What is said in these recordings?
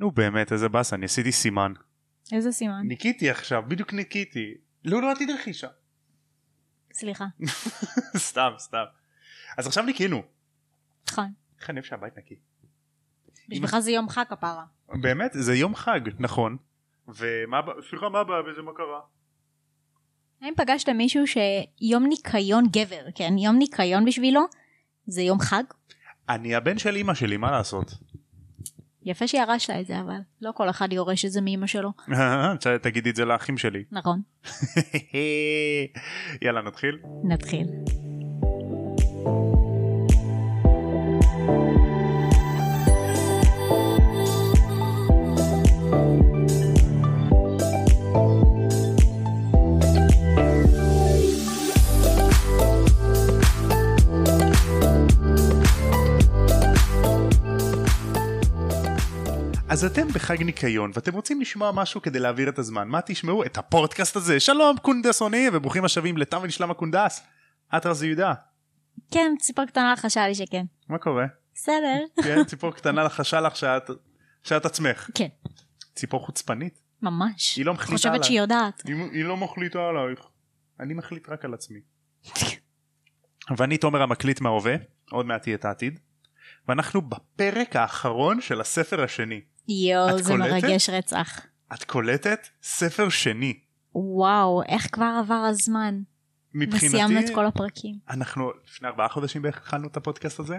נו באמת, איזה באס, אני עשיתי סימן. איזה סימן? ניקיתי עכשיו, בדיוק ניקיתי. לא תדרכי שם. סליחה. סתם. אז עכשיו ניקינו. נכון. איך אני אוהב שהבית נקי. בשבילך זה יום חג הפרה. באמת, זה יום חג, נכון. סליחה, מה הבא בזה, מה קרה? האם פגשת מישהו שיום ניקיון גבר, כן, יום ניקיון בשבילו, זה יום חג? אני הבן של אמא שלי, מה לעשות? יפה שירשת את זה, אבל לא כל אחד יורש את זה מאמא שלו. תגידי את זה לאחים שלי. נכון. יאללה, נתחיל? נתחיל. אז אתם בחג ניקיון ואתם רוצים לשמוע משהו כדי להעביר את הזמן. מה תשמעו? את הפודקאסט הזה. שלום קונדסוני וברוכים השבים לתם ונשלם הקונדס. את רז יהודה. כן, ציפור קטנה לחשה לי שכן. מה קורה? בסדר. כן, ציפור קטנה לחשה לך שאת עצמך. כן. ציפור חוצפנית? ממש. היא לא מחליטה חושבת עליי. שהיא יודעת. היא לא מחליטה עלייך. אני מחליט רק על עצמי. ואני תומר המקליט מההווה, עוד מעט יהיה את העתיד. ואנחנו בפרק האחרון של הספר השני. יו, זה מרגש רצח. את קולטת? ספר שני. וואו, איך כבר עבר הזמן. מבחינתי, וסיימנו את כל הפרקים. אנחנו לפני 4 חודשים בערך התחלנו את הפודקאסט הזה.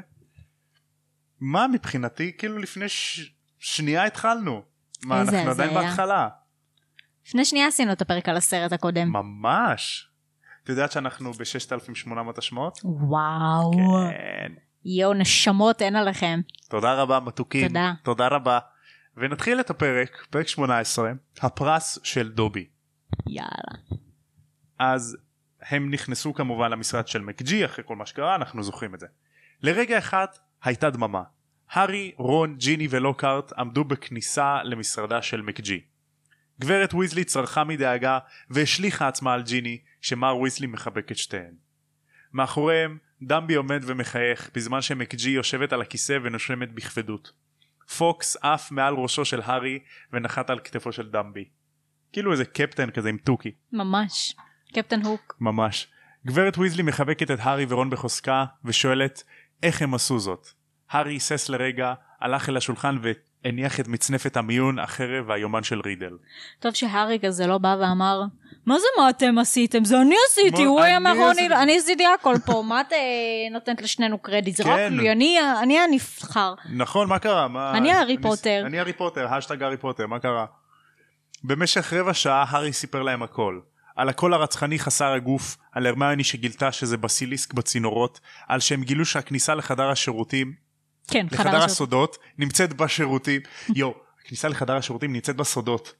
מה מבחינתי? כאילו לפני שנייה התחלנו. מה, אנחנו עדיין בהתחלה. לפני שנייה עשינו את הפרק על הסרט הקודם. ממש. את יודעת שאנחנו ב-6,800 השמעות? וואו. כן. יו, נשמות אין עליכם. תודה רבה מתוקים. תודה. תודה רבה. ונתחיל את הפרק, פרק 18, הפרס של דובי. יאללה. אז הם נכנסו כמובן למשרד של מקג'י, אחרי כל מה שקרה, אנחנו זוכרים את זה. לרגע אחד הייתה דממה. הארי, רון, ג'יני ולוקארט עמדו בכניסה למשרדה של מקג'י. גברת ויזלי צרחה מדאגה והשליחה עצמה על ג'יני, שמר ויזלי מחבק את שתיהן. מאחוריהם דמבי עומד ומחייך בזמן שמקג'י יושבת על הכיסא ונושמת בכבדות. פוקס עף מעל ראשו של הארי ונחת על כתפו של דמבי. כאילו איזה קפטן כזה עם טוקי. ממש. קפטן הוק. ממש. גברת ויזלי מחבקת את הארי ורון בחוזקה ושואלת איך הם עשו זאת. הארי היסס לרגע, הלך אל השולחן והניח את מצנפת המיון, החרב והיומן של רידל. טוב שהארי כזה לא בא ואמר, מה זה מה אתם עשיתם? זה אני עשיתי, הוא היה מרוני, אני עשיתי הכל פה, מה את נותנת לשנינו קרדיט? זה רק לי, אני הנבחר. נכון, מה קרה? אני הארי פוטר. אני הארי פוטר, השטג הארי פוטר, מה קרה? במשך רבע שעה הארי סיפר להם הכל. על הקול הרצחני חסר הגוף, על הרמיוני שגילתה שזה בסיליסק בצינורות, על שהם גילו שהכניסה לחדר השירותים, כן, לחדר הסודות, נמצאת בשירותים. הכניסה לחדר השירותים נמצאת בסודות.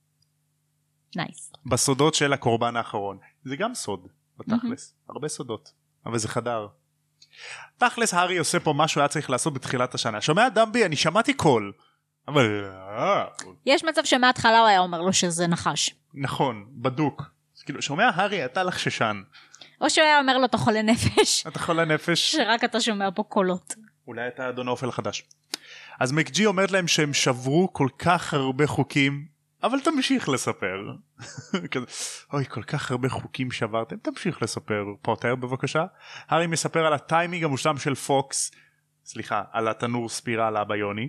נייס. בסודות של הקורבן האחרון. זה גם סוד, בתכלס. הרבה סודות. אבל זה חדר. תכלס, הארי עושה פה משהו היה צריך לעשות בתחילת השנה. שומע דמבי? אני שמעתי קול. אבל... יש מצב שמההתחלה הוא היה אומר לו שזה נחש. נכון, בדוק. כאילו, שומע הארי, אתה לחששן. או שהוא היה אומר לו, אתה חולה נפש. אתה חולה נפש. שרק אתה שומע פה קולות. אולי אתה אדון האופל החדש. אז מקג'י אומרת להם שהם שברו כל כך הרבה חוקים, אבל תמשיך לספר. אוי, כל כך הרבה חוקים שברתם, תמשיך לספר. פוטר בבקשה. הארי מספר על הטיימינג המושלם של פוקס, סליחה, על התנור ספירלה ביוני,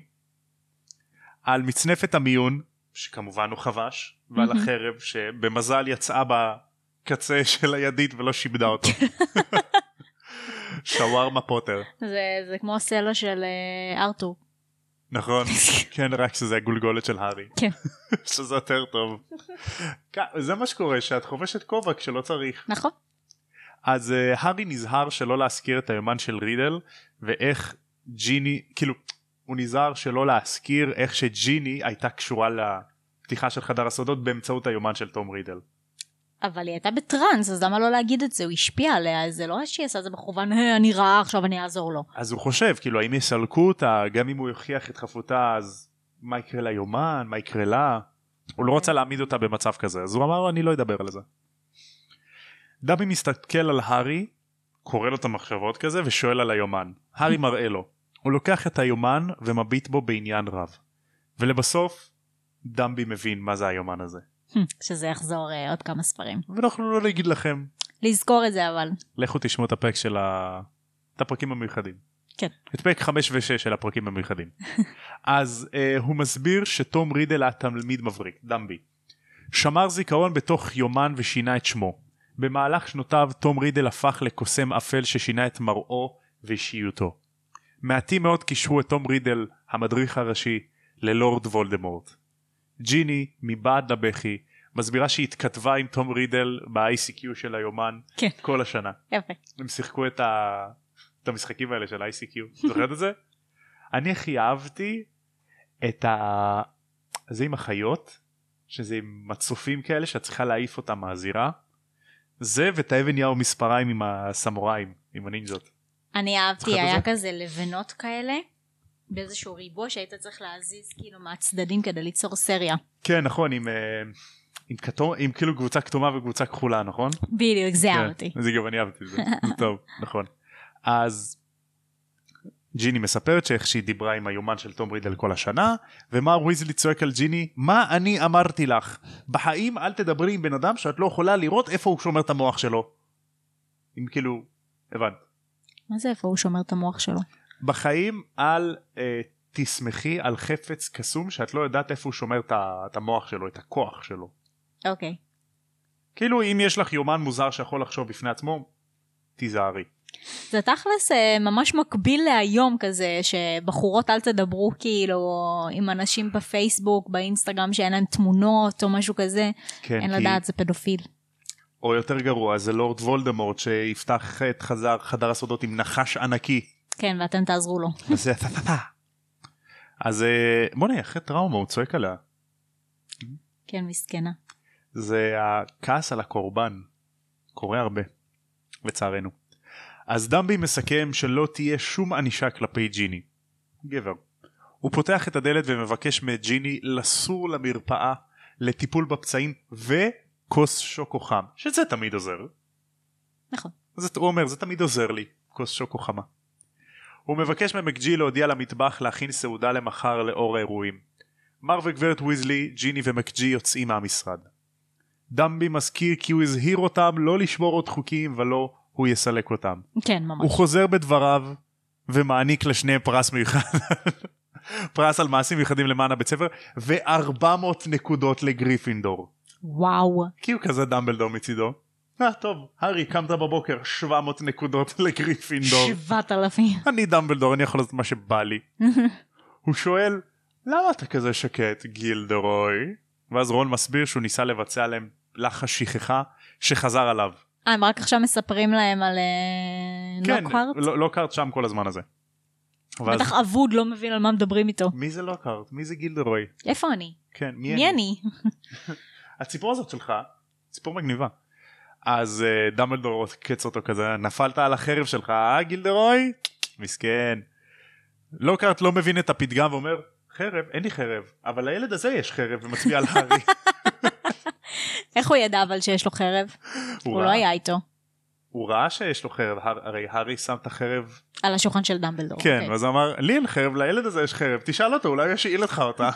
על מצנפת המיון, שכמובן הוא חבש, ועל החרב שבמזל יצאה בקצה של הידית ולא שיבדה אותו. שווארמה פוטר. זה כמו הסלע של ארתור. נכון, כן, רק שזה הגולגולת של הארי. כן. שזה יותר טוב. זה מה שקורה, שאת חובשת כובע כשלא צריך. נכון. אז הארי נזהר שלא להזכיר את היומן של רידל, ואיך ג'יני, כאילו, הוא נזהר שלא להזכיר איך שג'יני הייתה קשורה לפתיחה של חדר הסודות באמצעות היומן של תום רידל. אבל היא הייתה בטרנס, אז למה לא להגיד את זה? הוא השפיע עליה, זה לא שהיא עשה זה מכוון, אני רעה, עכשיו אני אעזור לו. אז הוא חושב, כאילו, האם יסלקו אותה, גם אם הוא יוכיח את חפותה, אז מה יקרה ליומן, מה יקרה לה? הוא לא רוצה להעמיד אותה במצב כזה, אז הוא אמר, אני לא אדבר על זה. דמבי מסתכל על הארי, קורא לו את המחשבות כזה, ושואל על היומן. הארי מראה לו. הוא לוקח את היומן ומביט בו בעניין רב. ולבסוף דמבי מבין מה זה היומן הזה. שזה יחזור עוד כמה ספרים. ואנחנו לא נגיד לכם. לזכור את זה אבל. לכו תשמעו את הפרק של את הפרקים המיוחדים. כן. את פרק 5 ו-6 של הפרקים המיוחדים. אז הוא מסביר שתום רידל היה תלמיד מבריק, דמבי. שמר זיכרון בתוך יומן ושינה את שמו. במהלך שנותיו תום רידל הפך לקוסם אפל ששינה את מראו ואישיותו. מעטים מאוד קישרו את תום רידל, המדריך הראשי, ללורד וולדמורט. ג'יני, מבעד לבכי, מסבירה שהיא התכתבה עם תום רידל ב-ICQ של היומן כן. כל השנה. יפה. הם שיחקו את המשחקים האלה של ICQ. זוכרת את זה? אני הכי אהבתי את זה עם החיות, שזה עם מצופים כאלה שאת צריכה להעיף אותם מהזירה. זה ואת האבן יאו מספריים עם הסמוראים, עם הנינג'ות. אני אהבתי, היה כזה לבנות כאלה, באיזשהו ריבוע שהיית צריך להזיז כאילו מהצדדים כדי ליצור סריה. כן, נכון, עם כאילו קבוצה כתומה וקבוצה כחולה, נכון? בדיוק, זה אהבתי. זה גם אני אהבתי, זה טוב, נכון. אז ג'יני מספרת שאיך שהיא דיברה עם היומן של תום רידל כל השנה, ומר ויזלי צועק על ג'יני, מה אני אמרתי לך? בחיים אל תדברי עם בן אדם שאת לא יכולה לראות איפה הוא שומר את המוח שלו. אם כאילו, הבנת. מה זה איפה הוא שומר את המוח שלו? בחיים אל תסמכי על חפץ קסום שאת לא יודעת איפה הוא שומר את המוח שלו, את הכוח שלו. אוקיי. כאילו אם יש לך יומן מוזר שיכול לחשוב בפני עצמו, תיזהרי. זה תכלס ממש מקביל להיום כזה, שבחורות אל תדברו כאילו עם אנשים בפייסבוק, באינסטגרם שאין להם תמונות או משהו כזה, כן, אין לדעת, זה פדופיל. או יותר גרוע, זה לורד וולדמורט שיפתח את חדר הסודות עם נחש ענקי. כן, ואתם תעזרו לו. אז בוא נהיה, אחרי טראומה, הוא צועק עליה. כן, מסכנה. זה הכעס על הקורבן. קורה הרבה, לצערנו. אז דמבי מסכם שלא תהיה שום ענישה כלפי ג'יני. גבר. הוא פותח את הדלת ומבקש מג'יני לסור למרפאה לטיפול בפצעים וכוס שוקו חם, שזה תמיד עוזר. נכון. הוא אומר, זה תמיד עוזר לי, כוס שוקו חמה. הוא מבקש ממקג'י להודיע למטבח להכין סעודה למחר לאור האירועים. מר וגברת ויזלי, ג'יני ומקג'י יוצאים מהמשרד. דמבי מזכיר כי הוא הזהיר אותם לא לשמור עוד חוקים ולא הוא יסלק אותם. כן, ממש. הוא חוזר בדבריו ומעניק לשניהם פרס מיוחד. פרס על מעשים מיוחדים למען הבית ספר ו400 נקודות לגריפינדור. וואו. כי הוא כזה דמבלדור מצידו. טוב, הארי, קמת בבוקר 700 נקודות לגריפינדור. 7,000. אני דמבלדור, אני יכול לעשות מה שבא לי. הוא שואל, למה אתה כזה שקט, גילדרוי? ואז רון מסביר שהוא ניסה לבצע עליהם לחש שכחה שחזר עליו. הם רק עכשיו מספרים להם על לוקהארט? כן, לוקהארט שם כל הזמן הזה. בטח אבוד לא מבין על מה מדברים איתו. מי זה לוקהארט? מי זה גילדרוי? איפה אני? כן, מי אני? הציפור הזאת שלך, ציפור מגניבה. אז דמבלדור קץ אותו כזה, נפלת על החרב שלך, גילדרוי? מסכן. לוקהארט לא מבין את הפתגם ואומר, חרב? אין לי חרב, אבל לילד הזה יש חרב ומצביע על הארי. איך הוא ידע אבל שיש לו חרב? הוא לא היה איתו. הוא ראה שיש לו חרב, הרי הארי שם את החרב על השולחן של דמבלדור. כן, ואז הוא אמר, לי אין חרב, לילד הזה יש חרב, תשאל אותו, אולי ישאיל לך אותה.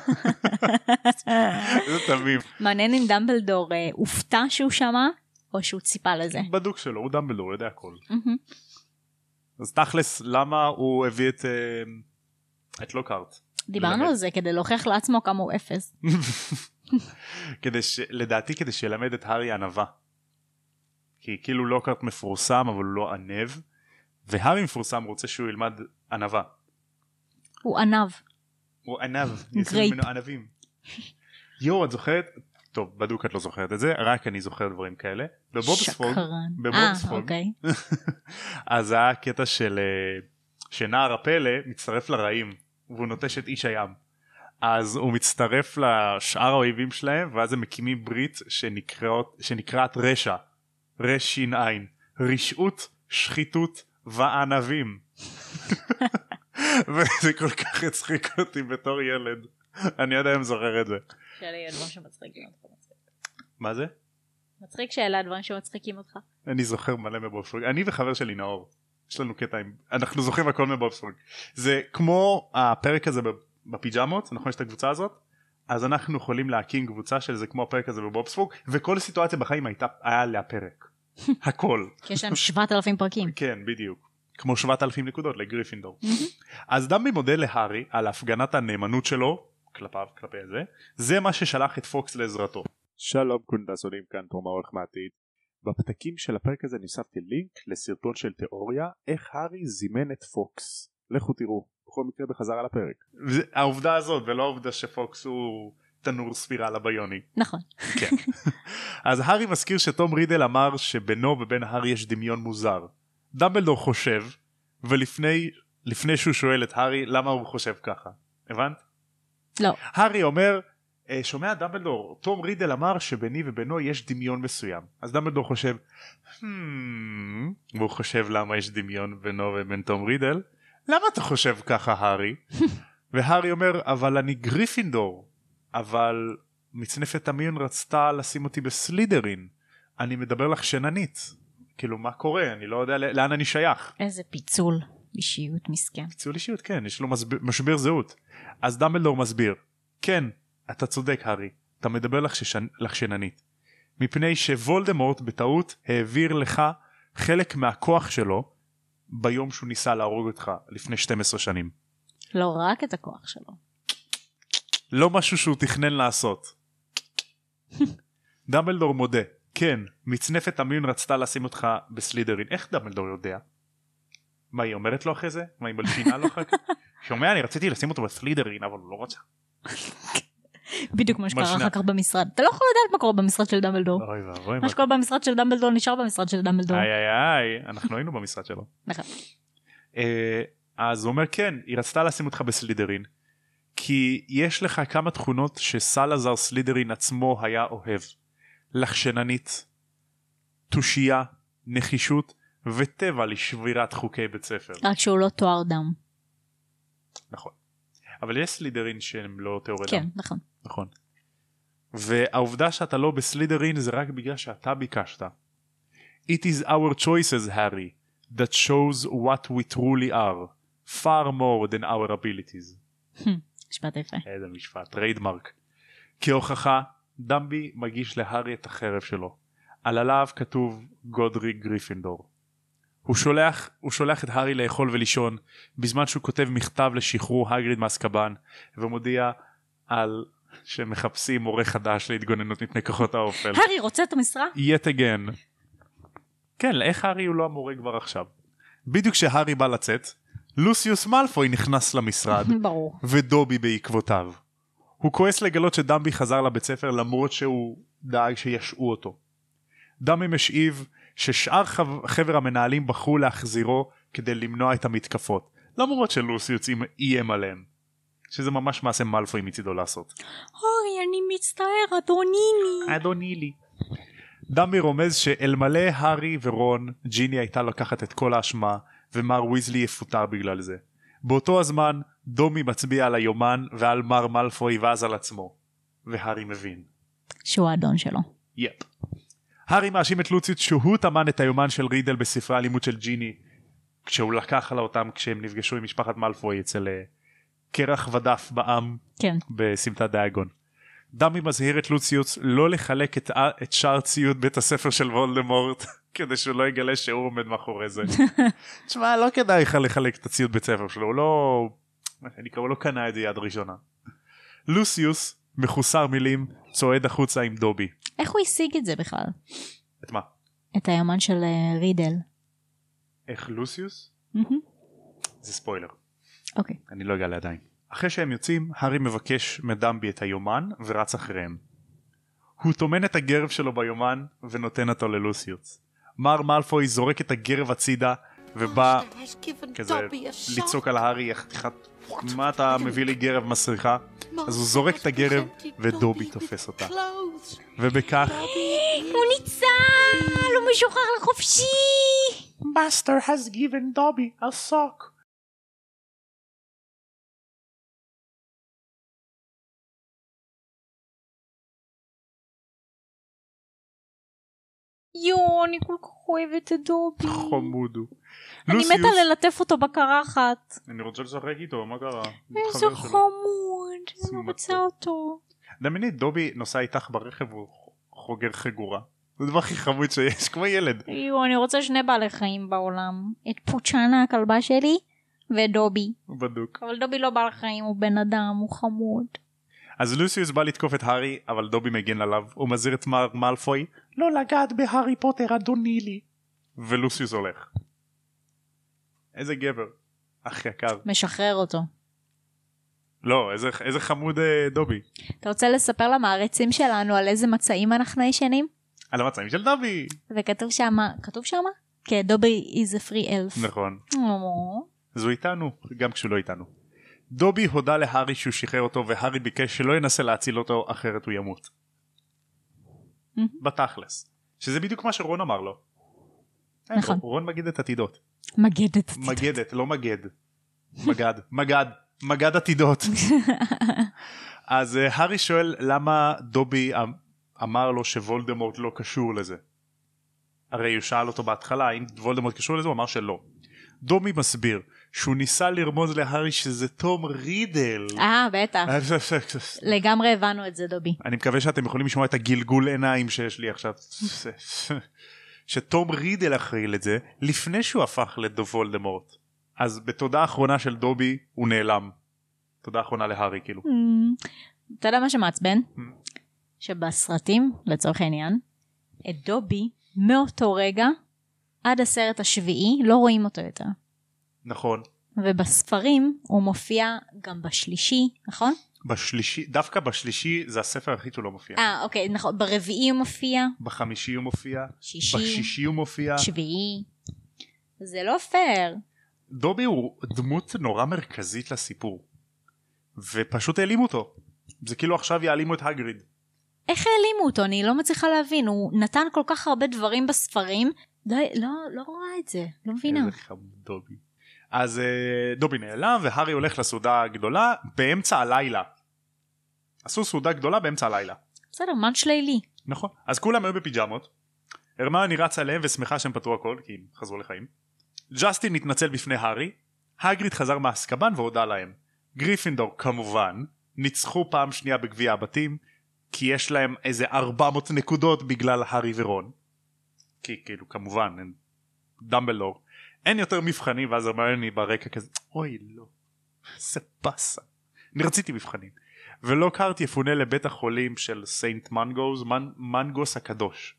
זה תמים. מעניין אם דמבלדור הופתע שהוא שמע, או שהוא ציפה לזה. בדוק שלו, הוא דמבלדור, הוא יודע הכל. אז תכלס, למה הוא הביא את לוקהארט? דיברנו על זה כדי להוכיח לעצמו כמה הוא אפס. לדעתי כדי שילמד את הארי ענווה. כי כאילו לוקהארט מפורסם אבל הוא לא ענב, והארי מפורסם רוצה שהוא ילמד ענווה. הוא ענב. הוא ענב, יעשו ממנו ענבים. יו, את זוכרת? טוב, בדוק את לא זוכרת את זה, רק אני זוכר דברים כאלה. בבובספוג, אוקיי. אז זה היה קטע של שנער הפלא מצטרף לרעים, והוא נוטש את איש הים. אז הוא מצטרף לשאר האויבים שלהם, ואז הם מקימים ברית שנקראת רשע. רשין עין. רשעות, שחיתות וענבים. וזה כל כך הצחיק אותי בתור ילד. אני עדיין זוכר את זה. שאלה דברים שמצחיקים אותך. מה זה? מצחיק שאלה דברים שמצחיקים אותך. אני זוכר מלא מבובספוג. אני וחבר שלי נאור. יש לנו קטע עם... אנחנו זוכרים הכל מבובספוג. זה כמו הפרק הזה בפיג'מות, נכון, יש את הקבוצה הזאת, אז אנחנו יכולים להקים קבוצה של זה כמו הפרק הזה בבובספוג, וכל סיטואציה בחיים היה עליה פרק. הכל. כי יש להם 7,000 פרקים. כן, בדיוק. כמו 7,000 נקודות לגריפינדור. אז דמבי מודה להארי על הפגנת הנאמנות שלו, כלפיו, כלפי זה מה ששלח את פוקס לעזרתו. שלום קונדסונים, כאן תום העורך מעתיד. בפתקים של הפרק הזה ניספתי לינק לסרטון של תיאוריה איך הארי זימן את פוקס. לכו תראו, בכל מקרה בחזרה לפרק. העובדה הזאת ולא העובדה שפוקס הוא תנור ספירלה ביוני. נכון. כן. אז הארי מזכיר שתום רידל אמר שבינו ובין הארי יש דמיון מוזר. דמבלדור חושב, ולפני שהוא שואל את הארי למה הוא חושב ככה. הבנת? לא. הארי אומר, שומע דמבלדור, תום רידל אמר שביני ובינו יש דמיון מסוים. אז דמבלדור חושב, והוא חושב למה יש דמיון בינו ובין תום רידל. למה אתה חושב ככה הארי? והארי אומר, אבל אני גריפינדור, אבל מצנפת המיון רצתה לשים אותי בסלידרין. אני מדבר לך שננית. כאילו מה קורה? אני לא יודע לאן אני שייך. איזה פיצול אישיות מסכן. פיצול אישיות, כן, יש לו משבר זהות. אז דמבלדור מסביר, כן, אתה צודק הארי, אתה מדבר לך שננית. מפני שוולדמורט בטעות העביר לך חלק מהכוח שלו ביום שהוא ניסה להרוג אותך לפני 12 שנים. לא רק את הכוח שלו. לא משהו שהוא תכנן לעשות. דמבלדור מודה, כן, מצנפת המיון רצתה לשים אותך בסלידרין. איך דמבלדור יודע? מה היא אומרת לו אחרי זה? מה היא מלשינה לו אחר כך? שומע, אני רציתי לשים אותו בסלידרין אבל הוא לא רוצה. בדיוק מה שקרה אחר כך במשרד. אתה לא יכול לדעת מה קורה במשרד של דמבלדור. מה שקורה במשרד של דמבלדור נשאר במשרד של דמבלדור. איי, אנחנו היינו במשרד שלו. נכון. אז הוא אומר כן, היא רצתה לשים אותך בסלידרין, כי יש לך כמה תכונות שסלאזר סלידרין עצמו היה אוהב. לחשננית, תושייה, נחישות וטבע לשבירת חוקי בית ספר. רק שהוא לא תואר דם. נכון. אבל יש סלידרין שהם לא תיאורי דם. כן, נכון. נכון. והעובדה שאתה לא בסלידרין זה רק בגלל שאתה ביקשת. It is our choices, Harry, that shows what we truly are, far more than our abilities. משפט יפה. איזה משפט, טריידמרק. כהוכחה, דמבי מגיש להארי את החרב שלו. על עליו כתוב גודריק גריפינדור. הוא שולח את הארי לאכול ולישון בזמן שהוא כותב מכתב לשחרור הגריד מאסקבן ומודיע על שמחפשים מורה חדש להתגוננות מפני כוחות האופל. הארי רוצה את המשרה? yet again. כן, איך הארי הוא לא המורה כבר עכשיו? בדיוק כשהארי בא לצאת, לוסיוס מאלפוי נכנס למשרד. ברור. ודובי בעקבותיו. הוא כועס לגלות שדמבי חזר לבית ספר למרות שהוא דאג שישעו אותו. דמבי משאיב ששאר חבר המנהלים בחרו להחזירו כדי למנוע את המתקפות, למרות שלוסיוס איים עליהם. שזה ממש מעשה מאלפוי מצידו לעשות. אוי, אני מצטער, אדונילי. אדונילי. דמבי רומז שאלמלא הארי ורון, ג'יני הייתה לקחת את כל האשמה, ומר ויזלי יפוטר בגלל זה. באותו הזמן, דומי מצביע על היומן ועל מר מאלפוי ואז על עצמו. והארי מבין. שהוא האדון שלו. יפ. הארי מאשים את לוציוס שהוא טמן את היומן של רידל בספרי הלימוד של ג'יני, כשהוא לקח לה אותם כשהם נפגשו עם משפחת מאלפוי אצל קרח ודף בעם, כן. בסמטת דיאגון. דמי מזהיר את לוציוס לא לחלק את שאר ציוד בית הספר של וולדמורט, כדי שהוא לא יגלה שהוא עומד מאחורי זה. תשמע, לא כדאי לך לחלק את הציוד בית הספר שלו, הוא לא קנה את זה יד ראשונה. לוסיוס, מחוסר מילים, צועד החוצה עם דובי. איך הוא השיג את זה בכלל? את מה? את היומן של רידל. איך לוסיוס? זה ספוילר. אוקיי. אני לא אגלה עדיין. אחרי שהם יוצאים, הארי מבקש מדמבי את היומן ורץ אחריהם. הוא טומן את הגרב שלו ביומן ונותן אותו ללוסיוס. מר מאלפוי זורק את הגרב הצידה ובא כזה לצעוק על הארי, מה אתה מביא לי גרב מסריחה? אז הוא זורק את הגרב ודובי תופס אותה. ובכך הוא ניצל, הוא משוחרר לחופשי. Master has given Dobby a sock. אני כל כך אוהבת את דובי. חמוד הוא. אני מתה ללטף אותו בקרחת. אני רוצה לשחק איתו, מה קרה? איזה חמוד, אני רוצה אותו. דמייני, דובי נוסע איתך ברכב והוא חוגר חגורה. זה דבר הכי חמוד שיש, כמו ילד. אני רוצה שני בעלי חיים בעולם. את פוצ'אנה הכלבה שלי ואת דובי. בדוק. אבל דובי לא בעל חיים, הוא בן אדם, הוא חמוד. אז לוסיוס בא לתקוף את הארי, אבל דובי מגן עליו. הוא מזהיר את מר מאלפוי, לא לגעת בהארי פוטר אדוני לי. ולוסיוס הולך. איזה גבר. אח יקר. משחרר אותו. לא, איזה חמוד דובי. אתה רוצה לספר למעריצים שלנו על איזה מצעים אנחנו ישנים? על המצעים של דובי. וכתוב שמה? כן, דובי is a free elf. נכון. אז הוא איתנו, גם כשהוא לא איתנו. דובי הודה להארי שהוא שחרר אותו, והארי ביקש שלא ינסה להציל אותו, אחרת הוא ימות. בתכלס. שזה בדיוק מה שרון אמר לו. נכון. רון מגד את עתידות. מגדת, לא מגד. מגד עתידות. אז הארי שואל למה דובי אמר לו שוולדמורט לא קשור לזה. הרי הוא שאל אותו בהתחלה אם וולדמורט קשור לזה, הוא אמר שלא. דובי מסביר שהוא ניסה לרמוז להארי שזה תום רידל. בטח. לגמרי הבנו את זה דובי. אני מקווה שאתם יכולים לשמוע את הגלגול עיניים שיש לי עכשיו. שתום רידל אחראי לזה לפני שהוא הפך לוולדמורט. אז בתודה האחרונה של דובי הוא נעלם. תודה אחרונה להארי כאילו. אתה יודע מה שמעצבן? שבסרטים לצורך העניין את דובי מאותו רגע עד הסרט השביעי לא רואים אותו יותר. נכון. ובספרים הוא מופיע גם בשלישי, נכון? בשלישי, דווקא בשלישי זה הספר הכי שהוא לא מופיע. אוקיי, נכון. ברביעי הוא מופיע. בחמישי הוא מופיע. שישי. בשישי הוא מופיע. שביעי. זה לא פייר. דובי הוא דמות נורא מרכזית לסיפור. ופשוט העלימו אותו. זה כאילו עכשיו יעלימו את הגריד. איך העלימו אותו? אני לא מצליחה להבין. הוא נתן כל כך הרבה דברים בספרים. לא רואה את זה. לא מבינה. איזה חמוד דובי. אז דובי נעלם והארי הולך לסעודה הגדולה באמצע הלילה. עשו סעודה גדולה באמצע הלילה. בסדר, מנש לילי. נכון. אז כולם היו בפיג'מות. הרמיוני רצה עליהם ושמחה שהם פתרו הכל כי הם חזרו לחיים. ג'סטין התנצל בפני הארי. הגריד חזר מאסקבן והודע להם. גריפינדור כמובן ניצחו פעם שנייה בגביע הבתים כי יש להם איזה 400 נקודות בגלל הארי ורון. כי כאילו כמובן דמבלדור. אין יותר מבחנים ואז הרמיוני ברקע כזה אוי לא זה פסה אני רציתי מבחנים ולוקהרט יפונה לבית החולים של סיינט מנגוס הקדוש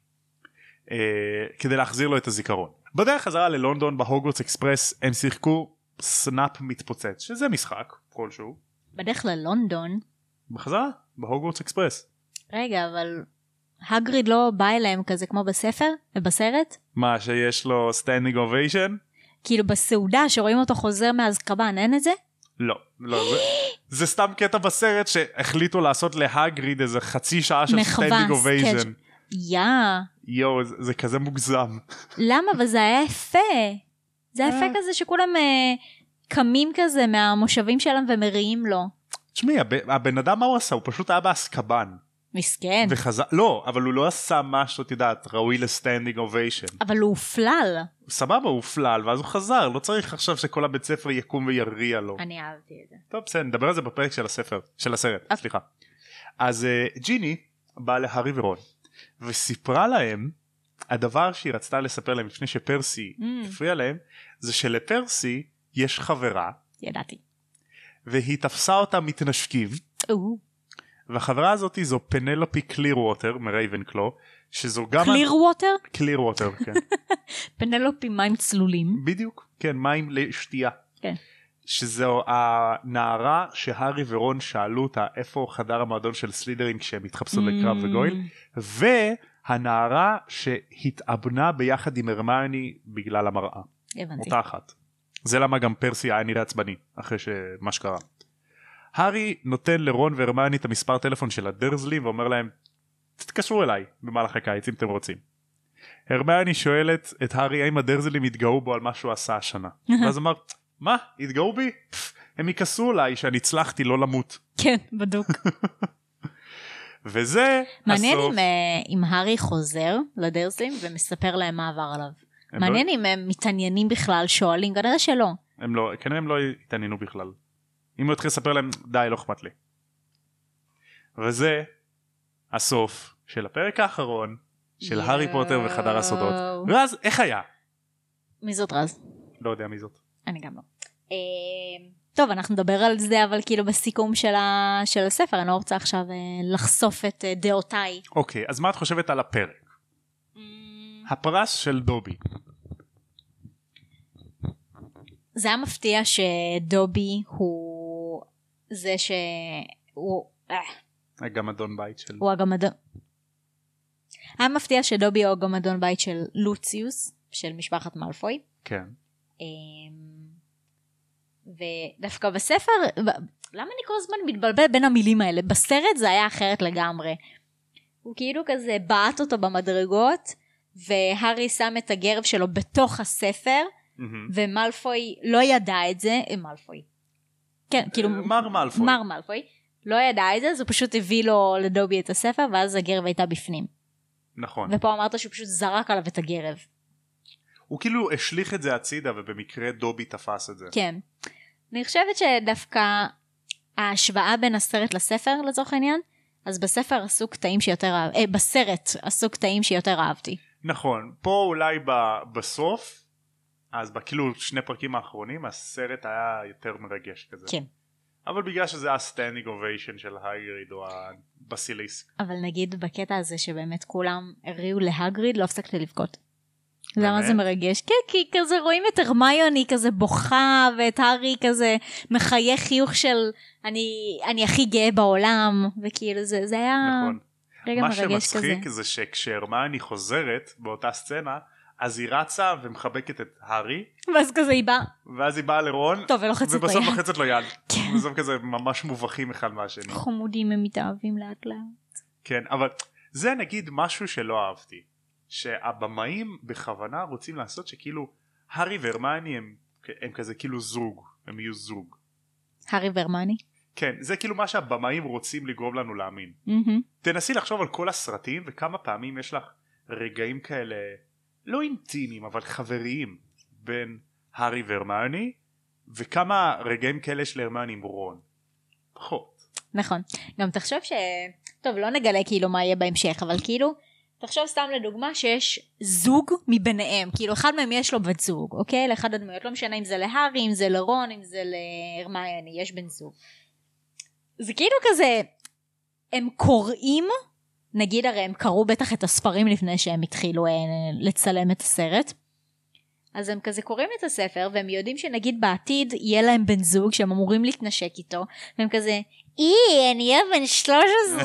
כדי להחזיר לו את הזיכרון. בדרך חזרה ללונדון בהוגוורטס אקספרס הם שיחקו סנאפ מתפוצץ שזה משחק כלשהו. בדרך ללונדון? בחזרה בהוגוורטס אקספרס. רגע אבל הגריד לא בא אליהם כזה כמו בספר ובסרט? מה שיש לו סטנדינג אוביישן? כאילו בסעודה שרואים אותו חוזר מאזקבן, אין את זה? לא, זה סתם קטע בסרט שהחליטו לעשות להגריד איזה חצי שעה של סטנדינג אוביישן. יואו, זה כזה מוגזם. למה? אבל זה היה יפה. זה היה יפה כזה שכולם קמים כזה מהמושבים שלהם ומריעים לו. תשמעי, הבן אדם מה הוא עשה? הוא פשוט היה באזקבן. מסכן. לא, אבל הוא לא עשה משהו, תדעת, ראוי לסטנדינג אוביישן. אבל הוא הופלל. סבבה, הוא הופלל, ואז הוא חזר. לא צריך עכשיו שכל הבית ספר יקום ויריע לו. אני אהבתי את זה. טוב, בסדר, נדבר על זה בפרק של הסרט, סליחה. אז ג'יני באה להארי ורון, וסיפרה להם, הדבר שהיא רצתה לספר להם לפני שפרסי הפריע להם, זה שלפרסי יש חברה. ידעתי. והיא תפסה אותה מתנשקים. והחברה הזאת זו פנלופי קלירווטר מרייבנקלו, שזו גם... קלירווטר? קלירווטר, כן. פנלופי מים צלולים. בדיוק, כן, מים לשתייה. כן. שזו הנערה שהארי ורון שאלו אותה איפה חדר המועדון של סלידרין כשהם התחפשו לקרב וגויל, והנערה שהתאבנה ביחד עם הרמיוני בגלל המראה. הבנתי. אותה אחת. זה למה גם פרסי היה נראה עצבני, אחרי מה שקרה. הארי נותן לרון והרמיוני את המספר טלפון של הדרזלי ואומר להם תתקשרו אליי במהלך הקיץ אם אתם רוצים. הרמיוני שואלת את הארי האם הדרזלים התגאו בו על מה שהוא עשה השנה. ואז אמר מה? התגאו בי? הם יכעסו אליי שאני הצלחתי לא למות. כן, בדוק. וזה מעניין הסוף. אם הארי חוזר לדרסלים ומספר להם מה עבר עליו. מעניין אם הם מתעניינים בכלל, שואלים, כנראה שלא. כנראה הם לא התעניינו בכלל. אם הוא יתחיל לספר להם, די, לא אכפת לי. וזה הסוף של הפרק האחרון של הארי פוטר וחדר הסודות. רז, איך היה? מי זאת רז? לא יודע מי זאת. אני גם לא. טוב, אנחנו נדבר על זה, אבל כאילו בסיכום של הספר, אני לא רוצה עכשיו לחשוף את דעותיי. אוקיי, אז מה את חושבת על הפרק? הפרס של דובי. זה היה מפתיע שדובי הוא זה שהוא... הגמדון בית של... הוא הגמדון... היה מפתיע שדובי הוא הגמדון בית של לוציוס, של משפחת מאלפוי. כן. ודווקא בספר, למה אני כל הזמן מתבלבל בין המילים האלה? בסרט זה היה אחרת לגמרי. הוא כאילו כזה בעט אותו במדרגות, והארי שם את הגרב שלו בתוך הספר, ומאלפוי לא ידע את זה, מאלפוי. כן, כאילו... מר מאלפוי. מר מאלפוי. לא ידע את זה, אז הוא פשוט הביא לו לדובי את הספר, ואז הגרב הייתה בפנים. נכון. ופה אמרת שהוא פשוט זרק עליו את הגרב. הוא כאילו השליך את זה הצידה, ובמקרה דובי תפס את זה. כן. אני חושבת שדווקא ההשוואה בין הסרט לספר, לצורך העניין, אז בספר עשו קטעים שיותר בסרט עשו קטעים שיותר אהבתי. נכון. פה אולי בסוף, אז בכאילו שני פרקים האחרונים, הסרט היה יותר מרגש כזה. כן. אבל בגלל שזה היה סטנדינג אוביישן של הגריד או הבסיליסק. אבל נגיד בקטע הזה שבאמת כולם הריעו להגריד, לא הפסקתי לבכות. למה זה מרגש? כן, כי כזה רואים את הרמיוני כזה בוכה, ואת הארי כזה מחייך חיוך של אני הכי גאה בעולם, וכאילו זה היה רגע מרגש כזה. מה שמצחיק זה שכשהרמיוני חוזרת באותה סצנה, אז היא רצה ומחבקת את הארי. ואז כזה היא באה. ואז היא באה לרון. טוב, ולוחצת לו יד. ובסוף לוחצת לו יד. ובסוף כזה ממש מובכים אחד מהשני. חמודים הם מתאהבים לאט לאט. כן, אבל זה נגיד משהו שלא אהבתי. שהבמאים בכוונה רוצים לעשות שכאילו הארי והרמיוני הם כזה כאילו זוג. הם יהיו זוג. הארי והרמיוני? כן, זה כאילו מה שהבמאים רוצים לגרום לנו להאמין. תנסי לחשוב על כל הסרטים וכמה פעמים יש לך רגעים כאלה לא אינטימיים אבל חבריים בין הארי והרמיוני, וכמה רגעים כאלה יש להרמיוני עם רון. פחות. נכון. גם תחשוב טוב, לא נגלה כאילו מה יהיה בהמשך, אבל כאילו תחשוב סתם לדוגמה שיש זוג מביניהם, כאילו אחד מהם יש לו בת זוג, אוקיי? לאחד הדמויות, לא משנה אם זה להארי, אם זה לרון, אם זה להרמיוני, יש בן זוג. זה כאילו כזה, הם קוראים, נגיד הרי הם קראו בטח את הספרים לפני שהם התחילו לצלם את הסרט, אז הם כזה קוראים את הספר, והם יודעים שנגיד בעתיד יהיה להם בן זוג שהם אמורים להתנשק איתו, והם כזה, אני אהיה בן 13,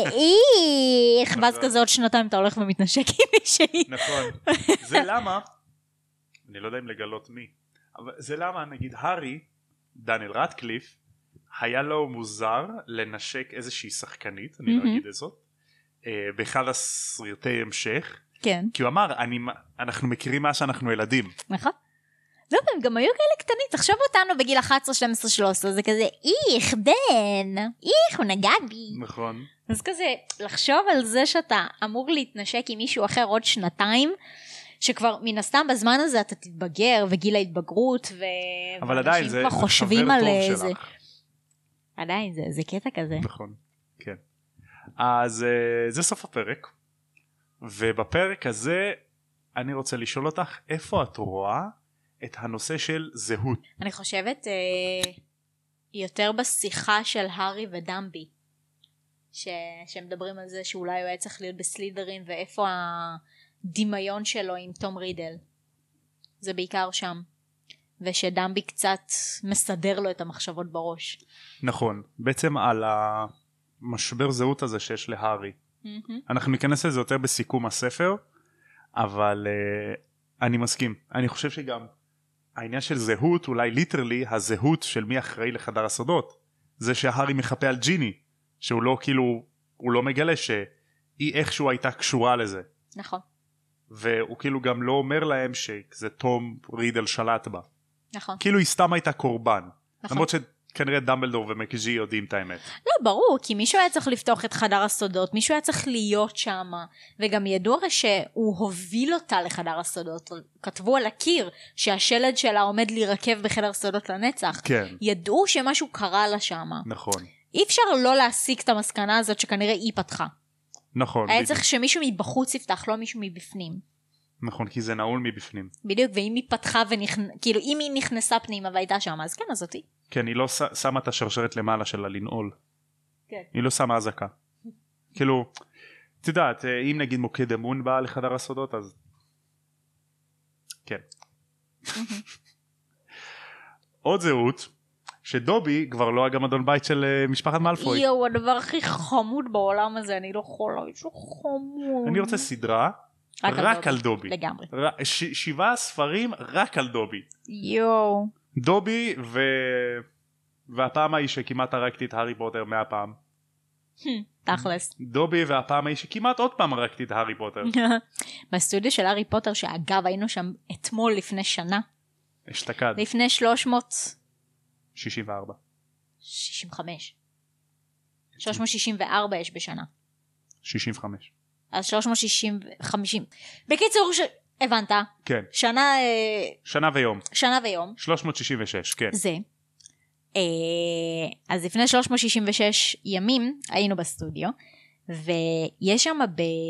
ואז כזה עוד שנתיים אתה הולך ומתנשק עם מישהי. נכון. זה למה, אני לא יודע אם לגלות מי, אבל זה למה נגיד הארי, דניאל רדקליף, היה לו מוזר לנשק איזושהי שחקנית, אני לא אגיד את זאת, באחד הסרטי המשך, כן. כי הוא אמר, אנחנו מכירים מה שאנחנו ילדים. נכון. לא, הם גם היו כאלה קטנים, תחשוב אותנו בגיל 11, 12, 13, זה כזה, בן, הוא נגע בי. נכון. אז כזה, לחשוב על זה שאתה אמור להתנשק עם מישהו אחר עוד שנתיים, שכבר מן הסתם בזמן הזה אתה תתבגר, וגיל ההתבגרות, אבל עדיין זה חבר טוב שלך. עדיין, זה קטע כזה. נכון, כן. אז זה סוף הפרק, ובפרק הזה אני רוצה לשאול אותך, איפה את רואה את הנושא של זהות? אני חושבת יותר בשיחה של הארי ודמבי, שמדברים על זה שאולי הוא היה צריך להיות בסלידרין, ואיפה הדמיון שלו עם תום רידל. זה בעיקר שם. ושדמבי קצת מסדר לו את המחשבות בראש. נכון, בעצם על המשבר זהות הזה שיש להארי. אנחנו ניכנס לזה יותר בסיכום הספר, אבל אני מסכים. אני חושב שגם העניין של זהות, אולי ליטרלי הזהות של מי אחראי לחדר הסודות, זה שהארי מחפה על ג'יני, שהוא לא כאילו, הוא לא מגלה שהיא איכשהו הייתה קשורה לזה. נכון. והוא כאילו גם לא אומר להם שזה תום רידל שלט בה. נכון. כאילו היא סתם הייתה קורבן. נכון. למרות כנראה דמבלדור ומקג'י יודעים את האמת. לא, ברור, כי מישהו היה צריך לפתוח את חדר הסודות, מישהו היה צריך להיות שם, וגם ידעו הרי שהוא הוביל אותה לחדר הסודות, כתבו על הקיר שהשלד שלה עומד להירקב בחדר סודות לנצח. כן. ידעו שמשהו קרה לה שם. נכון. אי אפשר לא להסיק את המסקנה הזאת שכנראה היא פתחה. נכון. היה צריך שמישהו מבחוץ יפתח, לא מישהו מבפנים. נכון, כי זה נעול מבפנים. בדיוק, ואם היא פתחה כאילו אם היא נכנסה פנימה והייתה שם, אז כן, אז אותי. כן, היא לא שמה את השרשרת למעלה שלה לנעול. כן. היא לא שמה הזקה. כאילו, את יודעת, אם נגיד מוקד אמון בא לחדר הסודות, אז... כן. עוד זהות, שדובי כבר לא הגמדון בית של משפחת מאלפוי. יואו, הדבר הכי חמוד בעולם הזה, אני לא יכולה, איזשהו חמוד. אני רוצה סדרה רק על דובי. לגמרי. 7 ספרים רק על דובי. יואו. דובי והפעם ההיא שכמעט הרגתי את הארי פוטר 100 פעם. תכלס. דובי והפעם ההיא שכמעט עוד פעם הרגתי את הארי פוטר. בסטודיו של הארי פוטר, שאגב היינו שם אתמול לפני שנה. אשתקד. לפני 64. 65. 364 יש בשנה. 65. אז 350. בקיצור, הבנת? כן. שנה ויום. שנה ויום. 366, כן. זה. אז לפני 366 ימים היינו בסטודיו, ויש שם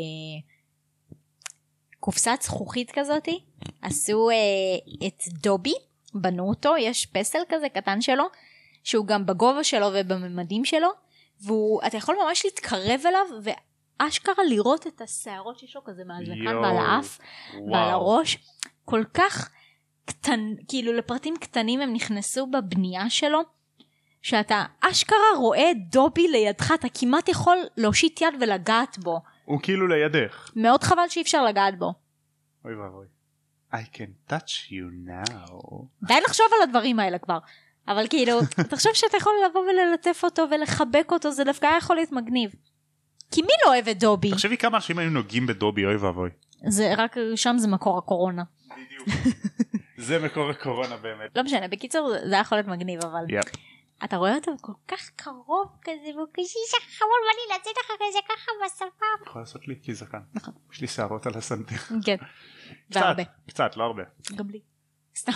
בקופסת זכוכית כזאת, עשו את דובי, בנו אותו, יש פסל כזה קטן שלו, שהוא גם בגובה שלו ובממדים שלו, ואתה יכול ממש להתקרב אליו, ואשכרה לראות את השערות שיש לו כזה מהזקן ועל האף, ועל הראש, כל כך כאילו לפרטים קטנים הם נכנסו בבנייה שלו, שאתה אשכרה רואה דובי לידך, אתה כמעט יכול להושיט יד ולגעת בו. הוא כאילו לידך. מאוד חבל שאי אפשר לגעת בו. אוי ואבוי. I can touch you now. די לחשוב על הדברים האלה כבר. אבל כאילו, תחשוב שאתה יכול לבוא וללטף אותו ולחבק אותו, זה דווקא יכול להיות מגניב. כי מי לא אוהב את דובי? תחשבי כמה אנשים היו נוגעים בדובי, אוי ואבוי. זה רק שם זה מקור הקורונה. בדיוק. זה מקור הקורונה באמת. לא משנה, בקיצור זה יכול להיות מגניב, אבל אתה רואה אותו כל כך קרוב כזה, והוא כזה חמוד, בא לי לצאת לך כזה ככה בספם. יכול לעשות לי כי זקן. נכון. יש לי שערות על הסנטר. כן. והרבה. קצת, לא הרבה. גם לי. סתם.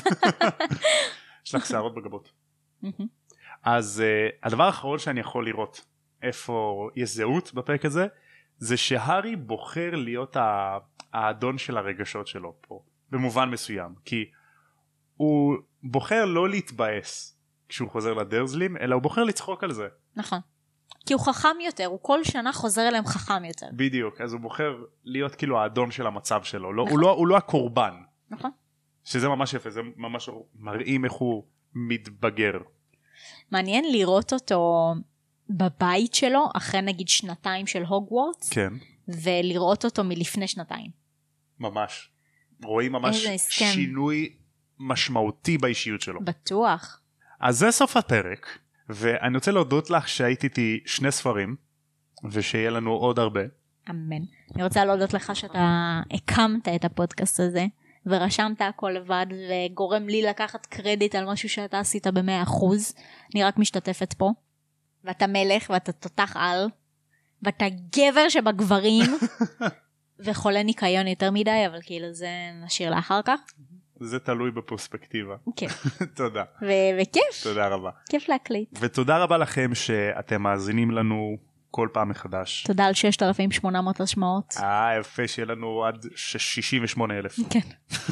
יש לך שערות בגבות. אז הדבר האחרון שאני יכול לראות איפה יש זהות בפרק הזה, זה שהארי בוחר להיות האדון של הרגשות שלו פה, במובן מסוים, כי הוא בוחר לא להתבאס כשהוא חוזר לדרזלים, אלא הוא בוחר לצחוק על זה. נכון. כי הוא חכם יותר, הוא כל שנה חוזר אליהם חכם יותר. בדיוק, אז הוא בוחר להיות כאילו האדון של המצב שלו, נכון. הוא לא הקורבן. נכון. שזה ממש יפה, זה ממש מראים איך הוא מתבגר. מעניין לראות אותו בבית שלו, אחרי נגיד 2 של הוגוורטס, כן. ולראות אותו מלפני 2. ממש. רואים ממש שינוי משמעותי באישיות שלו. בטוח. אז זה סוף הפרק, ואני רוצה להודות לך שהיית איתי 2 ספרים, ושיהיה לנו עוד הרבה. אמן. אני רוצה להודות לך שאתה הקמת את הפודקאסט הזה, ורשמת הכל לבד, וגורם לי לקחת קרדיט על משהו שאתה עשית ב100%. אני רק משתתפת פה. ואתה מלך, ואתה תותח על, ואתה גבר שבגברים, וחולה ניקיון יותר מדי, אבל כאילו זה נשאיר לאחר כך. זה תלוי בפרספקטיבה. כן. תודה. וכיף. תודה רבה. כיף להקליט. ותודה רבה לכם שאתם מאזינים לנו כל פעם מחדש. תודה על 6,800 השמעות. יפה, שיהיה לנו עד 68,000. כן.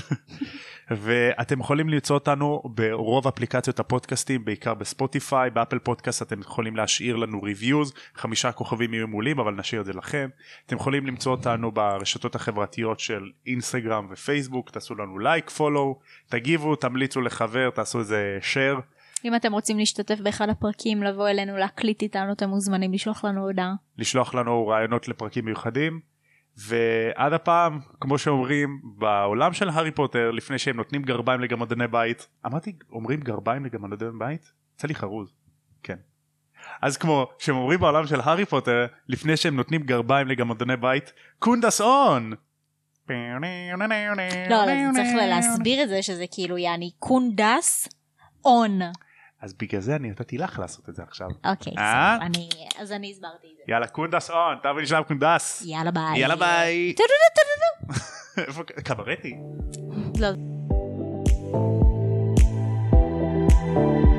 ואתם יכולים למצוא אותנו ברוב אפליקציות הפודקאסטים, בעיקר בספוטיפיי, באפל פודקאסט אתם יכולים להשאיר לנו ריוויוז, 5 כוכבים יהיו מעולים, אבל נשאיר את זה לכם. אתם יכולים למצוא אותנו ברשתות החברתיות של אינסטגרם ופייסבוק, תעשו לנו לייק, פולו, תגיבו, תמליצו לחבר, תעשו איזה share. אם אתם רוצים להשתתף באחד הפרקים, לבוא אלינו להקליט איתנו, אתם מוזמנים לשלוח לנו הודעה. לשלוח לנו רעיונות לפרקים מיוחדים. ועד הפעם, כמו שאומרים בעולם של הארי פוטר, לפני שהם נותנים גרביים לגמדוני בית, אמרתי אומרים גרביים לגמדוני בית? יצא לי חרוז. כן. אז כמו שהם אומרים בעולם של הארי פוטר, לפני שהם נותנים גרביים לגמדוני בית, קונדס און! לא, אבל צריך להסביר את זה שזה כאילו יעני קונדס און. אז בגלל זה אני נתתי לך לעשות את זה עכשיו. אוקיי, אז אני הסברתי את זה. יאללה, קונדס און, תביא לי שלב קונדס. יאללה ביי. יאללה ביי. איפה קברטי? לא.